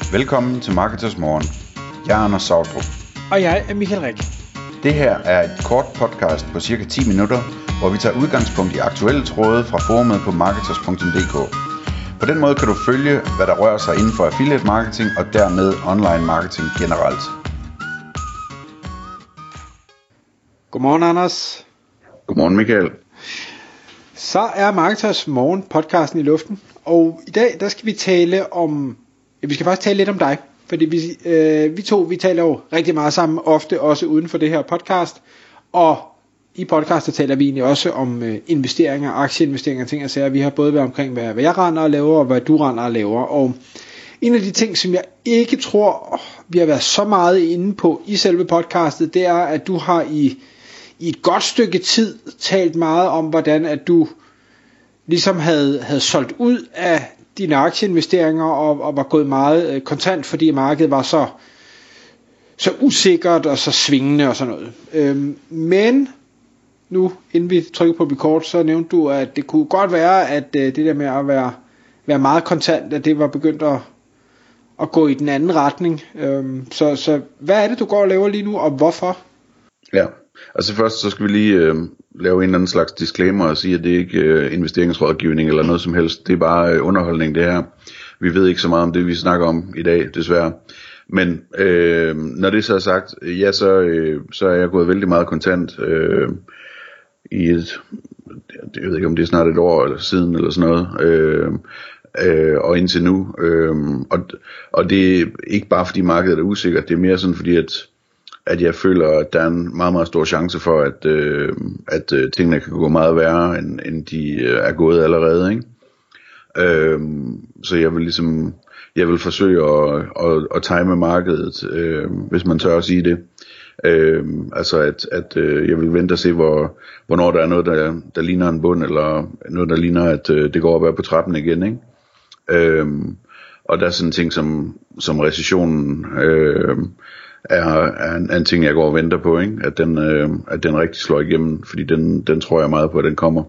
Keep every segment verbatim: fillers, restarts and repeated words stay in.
Velkommen til Marketers Morgen. Jeg er Anders Sautrup. Og jeg er Michael Rik. Det her er et kort podcast på cirka ti minutter, hvor vi tager udgangspunkt i aktuelle tråde fra forumet på marketers punktum d k. På den måde kan du følge, hvad der rører sig inden for affiliate marketing og dermed online marketing generelt. Godmorgen, Anders. Godmorgen, Michael. Så er Marketers Morgen podcasten i luften, og i dag der skal vi tale om, ja, vi skal faktisk tale lidt om dig, fordi vi, øh, vi to, vi taler jo rigtig meget sammen, ofte også uden for det her podcast, og i podcastet taler vi egentlig også om øh, investeringer, aktieinvesteringer, ting og sager. Vi har både været omkring, hvad, hvad jeg render og laver, og hvad du render og laver, og en af de ting, som jeg ikke tror, vi har været så meget inde på i selve podcastet, det er, at du har i i et godt stykke tid talt meget om, hvordan at du ligesom havde, havde solgt ud af dine aktieinvesteringer og, og var gået meget øh, kontant, fordi markedet var så, så usikkert og så svingende og sådan noget. Øhm, men nu, inden vi trykker på record, så nævnte du, at det kunne godt være, at øh, det der med at være, være meget kontant, at det var begyndt at, at gå i den anden retning. Øhm, så, så hvad er det, du går og laver lige nu, og hvorfor? Ja, altså først så skal vi lige øh, lave en eller anden slags disclaimer og sige, at det ikke er øh, investeringsrådgivning eller noget som helst. Det er bare øh, underholdning, det her. Vi ved ikke så meget om det, vi snakker om i dag, desværre. Men øh, når det så er sagt, ja, så, øh, så er jeg gået vældig meget kontant øh, i et, jeg ved ikke om det er snart et år eller siden eller sådan noget. Øh, øh, og indtil nu. Øh, og, og det er ikke bare fordi markedet er usikkert, det er mere sådan fordi, at at jeg føler, at der er en meget, meget stor chance for, at, øh, at øh, tingene kan gå meget værre, end, end de øh, er gået allerede, ikke? Øh, så jeg vil ligesom, jeg vil forsøge at, at, at time markedet, øh, hvis man tør at sige det. Øh, altså, at, at øh, jeg vil vente og se, hvor, hvornår der er noget, der, der ligner en bund, eller noget, der ligner, at øh, det går op ad på trappen igen, ikke? Øh, og der er sådan en ting som, som recessionen, øh, Er, er, en, er en ting, jeg går og venter på, ikke? At den, øh, at den rigtig slår igennem, fordi den, den tror jeg meget på, at den kommer.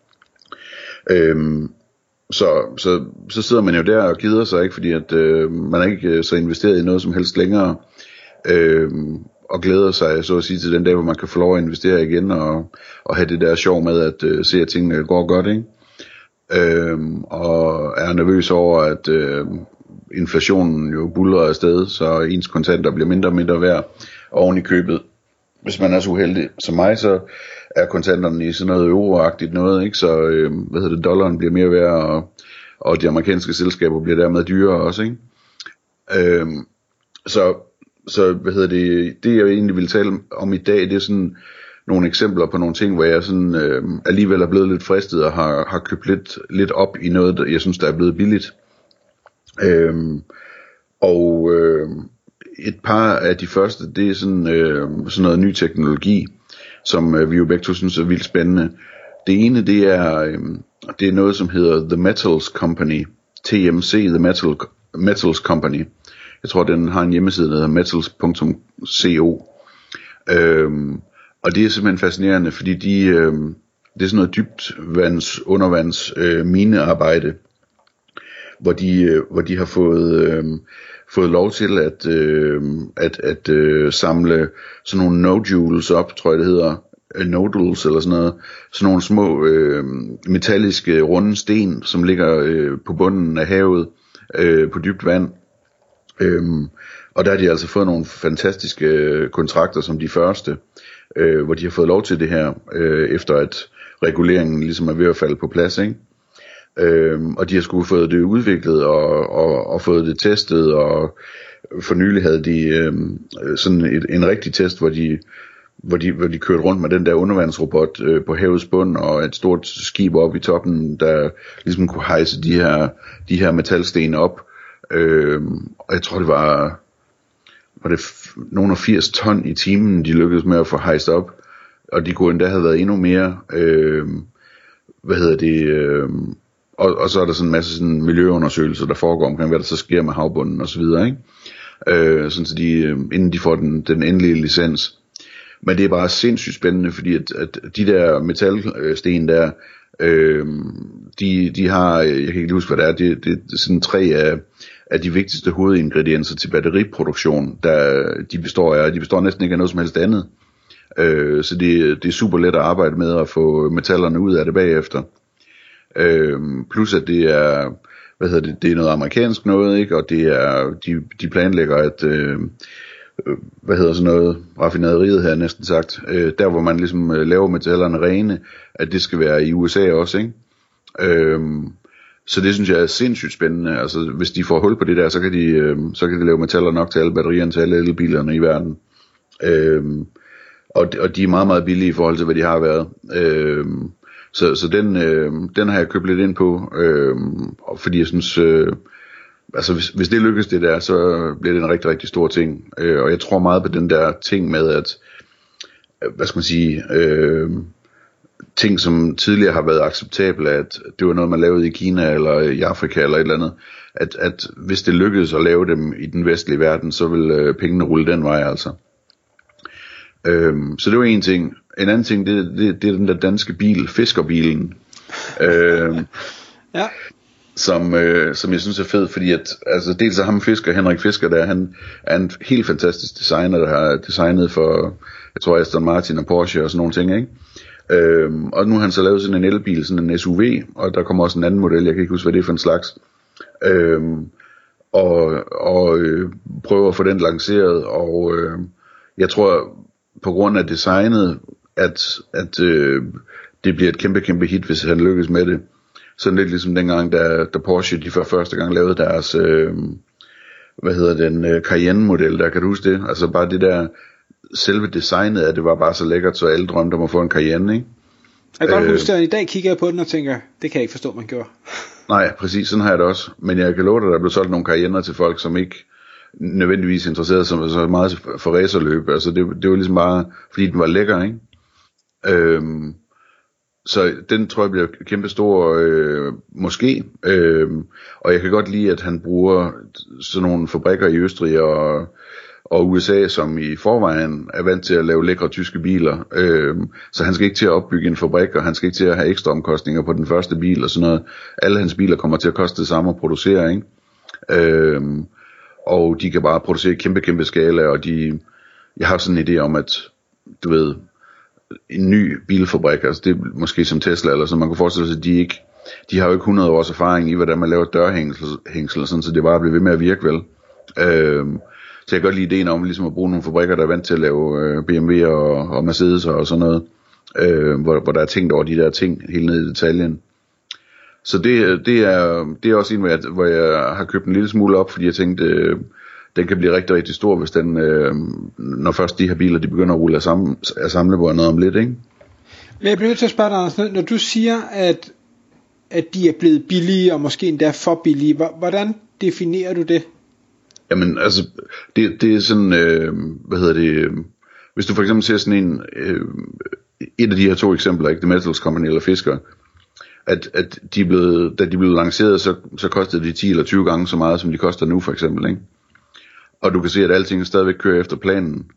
Øhm, så, så, så sidder man jo der og gider sig, ikke? Fordi at øh, man er ikke så investeret i noget som helst længere, øh, og glæder sig, så at sige, til den dag, hvor man kan få lov at investere igen, og, og have det der sjov med at øh, se, at tingene går godt, ikke? Øhm, og er nervøs over, at øh, inflationen jo buldrer afsted, så ens kontanter bliver mindre og mindre værd oven i købet. Hvis man er så uheldig som mig, så er kontanterne i sådan noget euroagtigt noget, ikke? Så øh, hvad hedder det, dollaren bliver mere værd, og, og de amerikanske selskaber bliver dermed dyrere også, ikke? Øh, så, så hvad hedder det, det jeg egentlig vil tale om i dag, det er sådan nogle eksempler på nogle ting, hvor jeg sådan øh, alligevel er blevet lidt fristet og har, har købt lidt, lidt op i noget, der jeg synes, der er blevet billigt. Øhm, og øh, et par af de første, det er sådan, øh, sådan noget ny teknologi, som øh, vi jo begge to synes er vildt spændende. Det ene, det er, øh, det er noget, som hedder The Metals Company, T M C, The Metal, Metals Company. Jeg tror, den har en hjemmeside, der hedder metals punktum co. Øhm, og det er simpelthen fascinerende, fordi de, øh, det er sådan noget dybtvands, undervands øh, minearbejde, hvor de, hvor de har fået, øh, fået lov til at, øh, at, at øh, samle sådan nogle nodules op, tror jeg det hedder, nodules eller sådan noget, sådan nogle små øh, metalliske runde sten, som ligger øh, på bunden af havet øh, på dybt vand. Øhm, og der har de altså fået nogle fantastiske øh, kontrakter som de første, øh, hvor de har fået lov til det her, øh, efter at reguleringen ligesom er ved at falde på plads, ikke? Øhm, og de har sgu fået det udviklet og, og, og fået det testet, og for nylig havde de øhm, sådan et, en rigtig test, hvor de, hvor, de, hvor de kørte rundt med den der undervandsrobot øh, på havets bund, og et stort skib op i toppen, der ligesom kunne hejse de her, de her metalsten op. Øhm, og jeg tror det var, var det f- nogle af firs ton i timen, de lykkedes med at få hejst op, og de kunne endda have været endnu mere, øh, hvad hedder det, øh, og, og så er der sådan en masse sådan miljøundersøgelser, der foregår omkring, hvad der så sker med havbunden og så videre, ikke? Øh, sådan så de, øh, inden de får den, den endelige licens. Men det er bare sindssygt spændende, fordi at, at de der metalsten der, Øh, de, de har, jeg kan ikke huske hvad det er, det, det er sådan tre af, af de vigtigste hovedingredienser til batteriproduktion, der de består af, de består næsten ikke af noget som helst andet. Øh, så det, det er super let at arbejde med at få metallerne ud af det bagefter. Øh, plus at det er, hvad hedder det, det er noget amerikansk noget, ikke? Og det er, de, de planlægger at, øh, hvad hedder sådan noget, raffinaderiet her næsten sagt, øh, der hvor man ligesom øh, laver metallerne rene, at det skal være i U S A også, ikke? Øh, så det synes jeg er sindssygt spændende. Altså hvis de får hul på det der, så kan de, øh, så kan de lave metaller nok til alle batterierne, til alle elbilerne i verden. Øh, og, og de er meget meget billige i forhold til hvad de har været. Øh, Så, så den, øh, den har jeg købt lidt ind på, øh, fordi jeg synes, øh, altså hvis, hvis det lykkes det der, så bliver det en rigtig, rigtig stor ting. Øh, og jeg tror meget på den der ting med, at, hvad skal man sige, øh, ting som tidligere har været acceptable, at det var noget, man lavede i Kina eller i Afrika eller et eller andet, at, at hvis det lykkedes at lave dem i den vestlige verden, så vil øh, pengene rulle den vej altså. Øh, så det var en ting. En anden ting, det, det, det er den der danske bil, fiskerbilen, øh, ja. som, øh, som jeg synes er fed, fordi at, altså dels er ham Fisker, Henrik Fisker der, han er en helt fantastisk designer, der har designet for, jeg tror Aston Martin og Porsche og sådan nogle ting, ikke? Øh, og nu har han så lavet sådan en elbil, sådan en S U V, og der kommer også en anden model, jeg kan ikke huske, hvad det er for en slags, øh, og, og øh, prøver at få den lanceret, og øh, jeg tror, på grund af designet, at, at øh, det bliver et kæmpe, kæmpe hit, hvis han lykkes med det. Sådan lidt ligesom dengang, da, da Porsche de for første gang lavede deres, øh, hvad hedder den, øh, Cayenne-model, der kan du huske det? Altså bare det der, selve designet af det var bare så lækkert, så alle drømte om at få en Cayenne, ikke? Jeg kan godt huske, at i dag kigger jeg på den og tænker, det kan jeg ikke forstå, man gjorde. Nej, præcis, sådan har jeg det også. Men jeg kan love dig, at der blev solgt nogle Cayenner til folk, som ikke nødvendigvis interesseret sig så meget for racerløb. Altså det, det var ligesom bare, fordi den var lækker, ikke? Øhm, så den tror jeg bliver kæmpe stor, øh, måske. Øhm, og jeg kan godt lide, at han bruger sådan nogle fabrikker i Østrig og, og U S A, som i forvejen er vant til at lave lækre tyske biler. Øhm, så han skal ikke til at opbygge en fabrik, og han skal ikke til at have ekstra omkostninger på den første bil og sådan noget. Alle hans biler kommer til at koste det samme at producere, ikke? Øhm, og de kan bare producere i kæmpe, kæmpe skala, og de, jeg har sådan en idé om, at, du ved, en ny bilfabrik, altså det er måske som Tesla, eller så man kan forestille sig, at de ikke, de har jo ikke hundrede års erfaring i, hvordan man laver dørhængsel, sådan, så det bare bliver ved med at virke vel. Øhm, så jeg kan godt lide ideen om, ligesom at bruge nogle fabrikker, der er vant til at lave øh, B M W og, og Mercedes og sådan noget, øh, hvor, hvor der er tænkt over de der ting, helt ned i detaljen. Så det, det, er, det er også en, hvor jeg, hvor jeg har købt en lille smule op, fordi jeg tænkte, øh, den kan blive rigtig, rigtig stor, hvis den, øh, når først de her biler, de begynder at rulle af, sammen, af samlebånd noget om lidt, ikke? Men jeg bliver nødt til at spørge dig, Anders, når du siger, at, at de er blevet billige, og måske endda for billige, hvordan definerer du det? Jamen, altså, det, det er sådan, øh, hvad hedder det, øh, hvis du for eksempel ser sådan en, øh, et af de her to eksempler, ikke, The Metals Company eller Fisker, at, at de blev, da de blev lanceret, så, så kostede de ti eller tyve gange så meget, som de koster nu for eksempel, ikke? Og du kan se, at alting stadigvæk kører efter planen.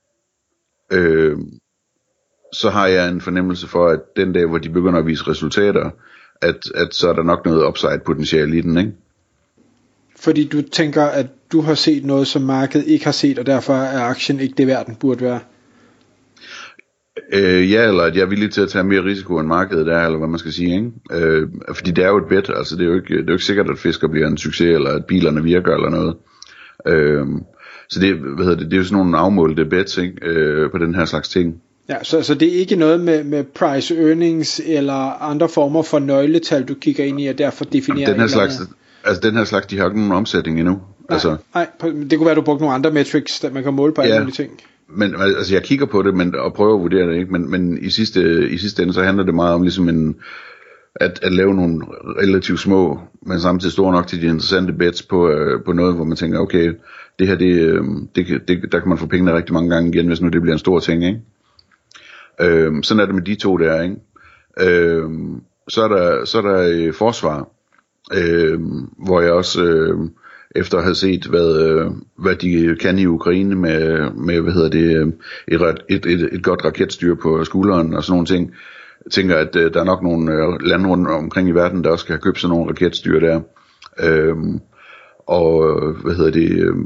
Øh, så har jeg en fornemmelse for, at den dag, hvor de begynder at vise resultater, at, at så er der nok noget upside potentiale i den, ikke? Fordi du tænker, at du har set noget, som markedet ikke har set, og derfor er aktien ikke det værd, den burde være? Øh, ja, eller at jeg er villig til at tage mere risiko end markedet der, eller hvad man skal sige, ikke? Øh, fordi det er jo et bet, altså det er jo ikke, det er jo ikke sikkert, at Fisker bliver en succes, eller at bilerne virker, eller noget. Øh, så det, hvad hedder det, det er jo sådan nogle afmålte bets, ikke? Øh, på den her slags ting. Ja, så, så det er ikke noget med, med price earnings, eller andre former for nøgletal, du kigger ind i, og derfor definerer den her slags, altså den her slags, de har ikke nogen omsætning endnu. Nej, altså, nej, det kunne være, du brugte nogle andre metrics, der man kan måle på alle ja, mulige ting. Men altså jeg kigger på det, men, og prøver at vurdere det, ikke? Men, men i, sidste, i sidste ende, så handler det meget om ligesom en, at, at lave nogle relativt små, men samtidig store nok til de interessante bets på, øh, på noget, hvor man tænker, okay, det her, det, det, det, der kan man få pengene rigtig mange gange igen, hvis nu det bliver en stor ting, ikke? Øh, sådan er det med de to der, ikke? Øh, så er der, så er der øh, forsvar, øh, hvor jeg også... Øh, efter at have set, hvad, øh, hvad de kan i Ukraine med, med hvad hedder det, et, et, et, et godt raketstyr på skulderen og sådan nogle ting, tænker, at øh, der er nok nogle øh, lande rundt omkring i verden, der også skal have købt sådan nogle raketstyr der. Øhm, og hvad hedder det... Øh,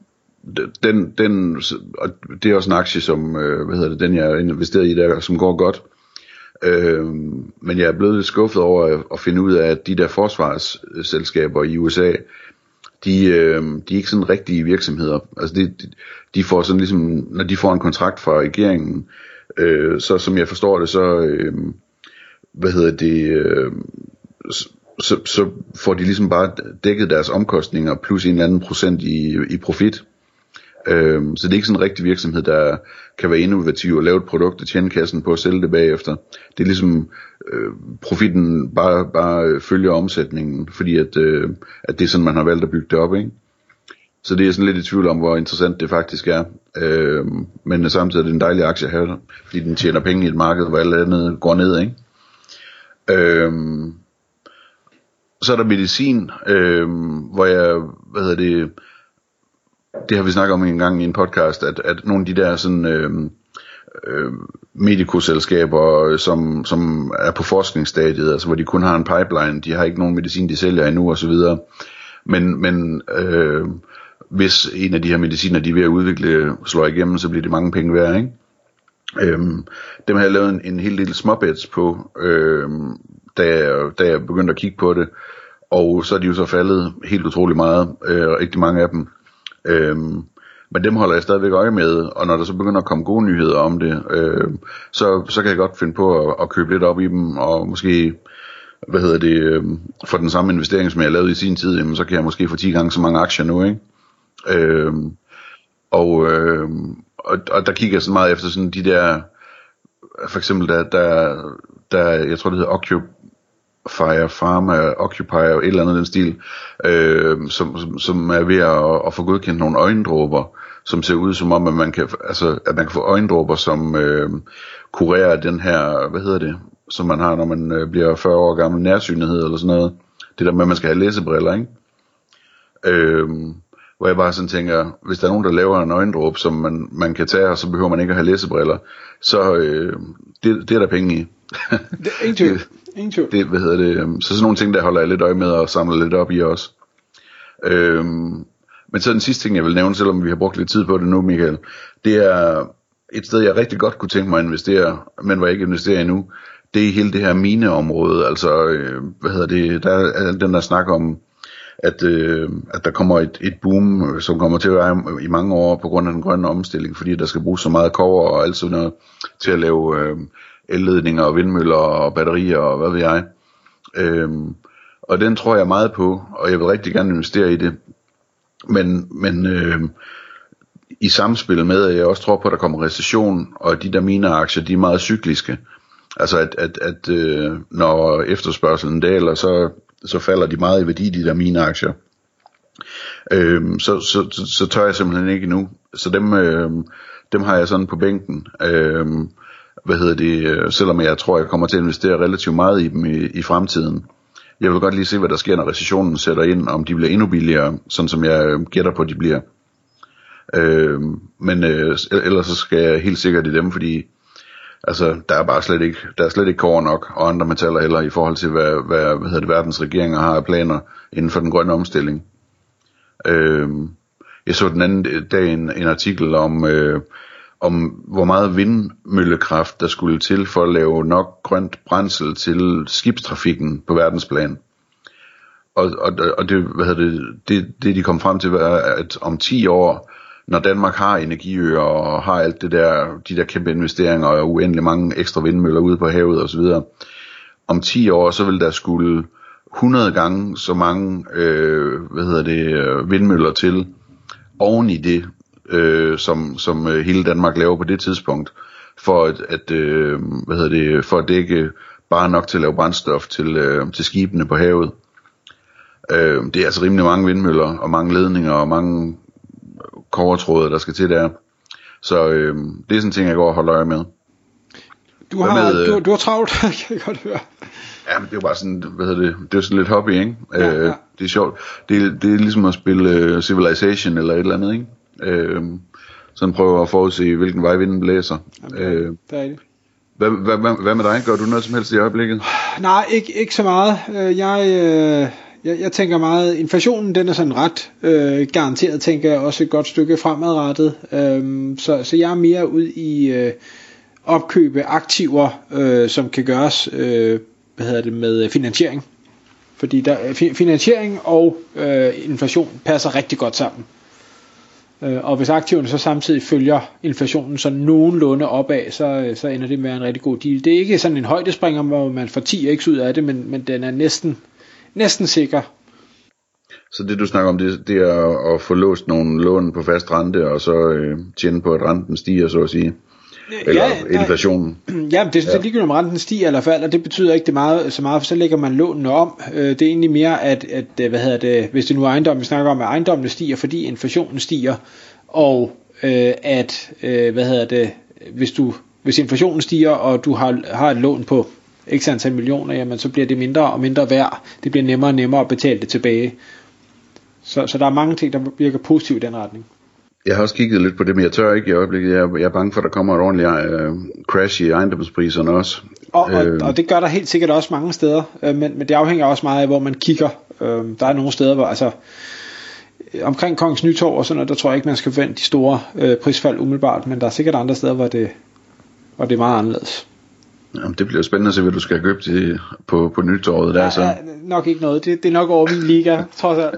Den, den, og det er også en aktie, som, øh, hvad hedder det, den jeg er investeret i der, som går godt. Øh, men jeg er blevet lidt skuffet over at, at finde ud af, at de der forsvarsselskaber i U S A, de, øh, de er ikke sådan rigtige virksomheder. Altså de, de får sådan ligesom, når de får en kontrakt fra regeringen, øh, så som jeg forstår det, så, øh, hvad hedder det, øh, så, så får de ligesom bare dækket deres omkostninger plus en eller anden procent i, i profit. Øhm, så det er ikke sådan en rigtig virksomhed, der kan være innovativ og lave et produkt og tjene kassen på at sælge det bagefter. Det er ligesom øh, profitten bare, bare følger omsætningen, fordi at, øh, at det er sådan, man har valgt at bygge det op, ikke? Så det er sådan lidt i tvivl om, hvor interessant det faktisk er. Øh, men samtidig er det en dejlig aktie at have, fordi den tjener penge i et marked, hvor alt andet går ned, ikke? Øh, så er der medicin, øh, hvor jeg, hvad hedder det... Det har vi snakket om en gang i en podcast, at, at nogle af de der sådan øh, øh, medikoselskaber, som, som er på forskningsstadiet, altså hvor de kun har en pipeline, de har ikke nogen medicin, de sælger endnu og så videre. Men, men øh, hvis en af de her mediciner, de er ved at udvikle, slår igennem, så bliver det mange penge værd, ikke? Øh, dem har jeg lavet en, en hel del småbets på, øh, da, jeg, da jeg begyndte at kigge på det, og så er de jo så faldet helt utrolig meget, øh, rigtig mange af dem. Øhm, men dem holder jeg stadigvæk øje med, og når der så begynder at komme gode nyheder om det, øh, så, så kan jeg godt finde på at, at købe lidt op i dem, og måske, hvad hedder det, øh, for den samme investering, som jeg lavede i sin tid, jamen, så kan jeg måske få ti gange så mange aktier nu, ikke? Øh, og, øh, og, og der kigger jeg så meget efter sådan de der, for eksempel der, der, der jeg tror det hedder Occupy, Fire Pharma, Occupy og et eller andet den stil, øh, som, som, som er ved at, at få godkendt nogle øjendråber, som ser ud som om, at man kan, altså, at man kan få øjendråber, som øh, kurerer den her, hvad hedder det, som man har, når man øh, bliver fyrre år gammel, nærsynlighed eller sådan noget. Det der med, at man skal have læsebriller, ikke? Øh, hvor jeg bare sådan tænker, hvis der er nogen, der laver en øjendråbe, som man, man kan tage, og så behøver man ikke at have læsebriller, så øh, det, det er der penge i. Det er ingen tvivl. Ingen tvivl. Det, hvad hedder det, så sådan nogle ting, der holder jeg lidt øje med og samler lidt op i også. Øhm, men så den sidste ting, jeg vil nævne, selvom vi har brugt lidt tid på det nu, Michael, det er et sted, jeg rigtig godt kunne tænke mig at investere, men hvor jeg ikke investerer endnu. Det er hele det her mineområde, altså, øh, hvad hedder det, der er den der snak om, at, øh, at der kommer et, et boom, som kommer til at være i mange år på grund af den grønne omstilling, fordi der skal bruges så meget kobber og alt sådan noget til at lave øh, elledninger og vindmøller og batterier og hvad ved jeg. Øhm, og den tror jeg meget på, og jeg vil rigtig gerne investere i det. Men, men øh, i samspil med, at jeg også tror på, at der kommer recession, og de der mineaktier, de er meget cykliske. Altså at, at, at øh, når efterspørgselen daler, så, så falder de meget i værdi, de der mineaktier. Øhm, så, så, så, så tør jeg simpelthen ikke endnu. Så dem, øh, dem har jeg sådan på bænken. Øhm, hvad hedder det, selvom jeg tror, jeg kommer til at investere relativt meget i dem i, i fremtiden. Jeg vil godt lige se, hvad der sker, når recessionen sætter ind, om de bliver endnu billigere, sådan som jeg gætter på, at de bliver. Øh, men øh, ellers så skal jeg helt sikkert i dem, fordi altså, der er bare slet ikke, der er slet ikke kobber nok, og andre metaller heller, i forhold til, hvad, hvad, hvad hedder det, verdens regeringer har af planer inden for den grønne omstilling. Øh, jeg så den anden dag en, en artikel om... Øh, om hvor meget vindmøllekraft der skulle til for at lave nok grønt brændsel til skibstrafikken på verdensplan. Og, og, og det, hvad hedder det, det, det de kom frem til, var, at om ti år, når Danmark har energiøer og har alt det der, de der kæmpe investeringer og uendelig mange ekstra vindmøller ude på havet og så videre, om ti år, så vil der skulle hundrede gange så mange, øh, hvad hedder det, vindmøller til oven i det, Øh, som, som øh, hele Danmark laver på det tidspunkt, for at, at øh, hvad hedder det, for at dække bare nok til at lave brændstof til, øh, til skibene på havet. Øh, det er altså rimelig mange vindmøller og mange ledninger og mange kobbertråde, der skal til der. Så øh, det er sådan en ting, jeg går og holder øje med. Du har, med, du, du har travlt, kan jeg godt høre. Ja, men det er jo bare sådan, hvad hedder det, det er sådan lidt hobby, ikke? Ja, ja. Øh, det er sjovt. Det, det er ligesom at spille uh, Civilization eller et eller andet, ikke? Øh, sådan prøver at forudse, hvilken vej vinden blæser. Jamen, øh, det er det. Hvad, hvad, hvad, hvad med dig? Gør du noget som helst i øjeblikket? Nej, ikke, ikke så meget. Jeg, øh, jeg, jeg tænker meget, inflationen den er sådan ret øh, garanteret, tænker jeg, også et godt stykke fremadrettet. Øh, så, så jeg er mere ud i øh, opkøbe aktiver, øh, som kan gøres øh, hvad hedder det, med finansiering. Fordi der, finansiering og øh, inflation passer rigtig godt sammen. Og hvis aktiverne så samtidig følger inflationen så nogenlunde opad, så, så ender det med en rigtig god deal. Det er ikke sådan en højdespringer, hvor man får ti x ud af det, men, men den er næsten, næsten sikker. Så det du snakker om, det, det er at få låst nogle lån på fast rente, og så øh, tjene på, at renten stiger, så at sige? Eller ja, inflationen? Ja, det er sådan, ja. Ligegyldigt om renten stiger eller falder, det betyder ikke det meget, så meget, for så lægger man lånene om. Det er egentlig mere, at, at hvad hedder det, hvis det nu er ejendom, vi snakker om, at ejendommene stiger, fordi inflationen stiger, og øh, at, øh, hvad hedder det, hvis, du, hvis inflationen stiger, og du har, har et lån på x antal millioner, jamen så bliver det mindre og mindre værd. Det bliver nemmere og nemmere at betale det tilbage. Så, så der er mange ting, der virker positivt i den retning. Jeg har også kigget lidt på det, men jeg tør ikke i øjeblikket. Jeg er, jeg er bange for, at der kommer et ordentligt uh, crash i ejendomspriserne også. Og, og, øh. og det gør der helt sikkert også mange steder, øh, men, men det afhænger også meget af, hvor man kigger. Øh, der er nogle steder, hvor altså omkring Kongens Nytorv og sådan noget, der tror jeg ikke, man skal forvente de store øh, prisfald umiddelbart, men der er sikkert andre steder, hvor det, hvor det er meget anderledes. Jamen, det bliver spændende at se, hvad du skal købe til på, på Nytorvet der. Ja, så. Ja, nok ikke noget. Det, det er nok over min liga, trods alt.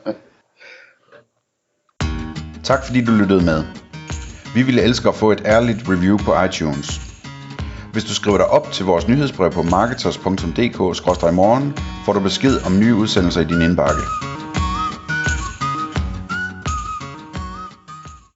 Tak fordi du lyttede med. Vi ville elske at få et ærligt review på iTunes. Hvis du skriver dig op til vores nyhedsbrev på marketers punktum d k skråstreg morgen, får du besked om nye udsendelser i din indbakke.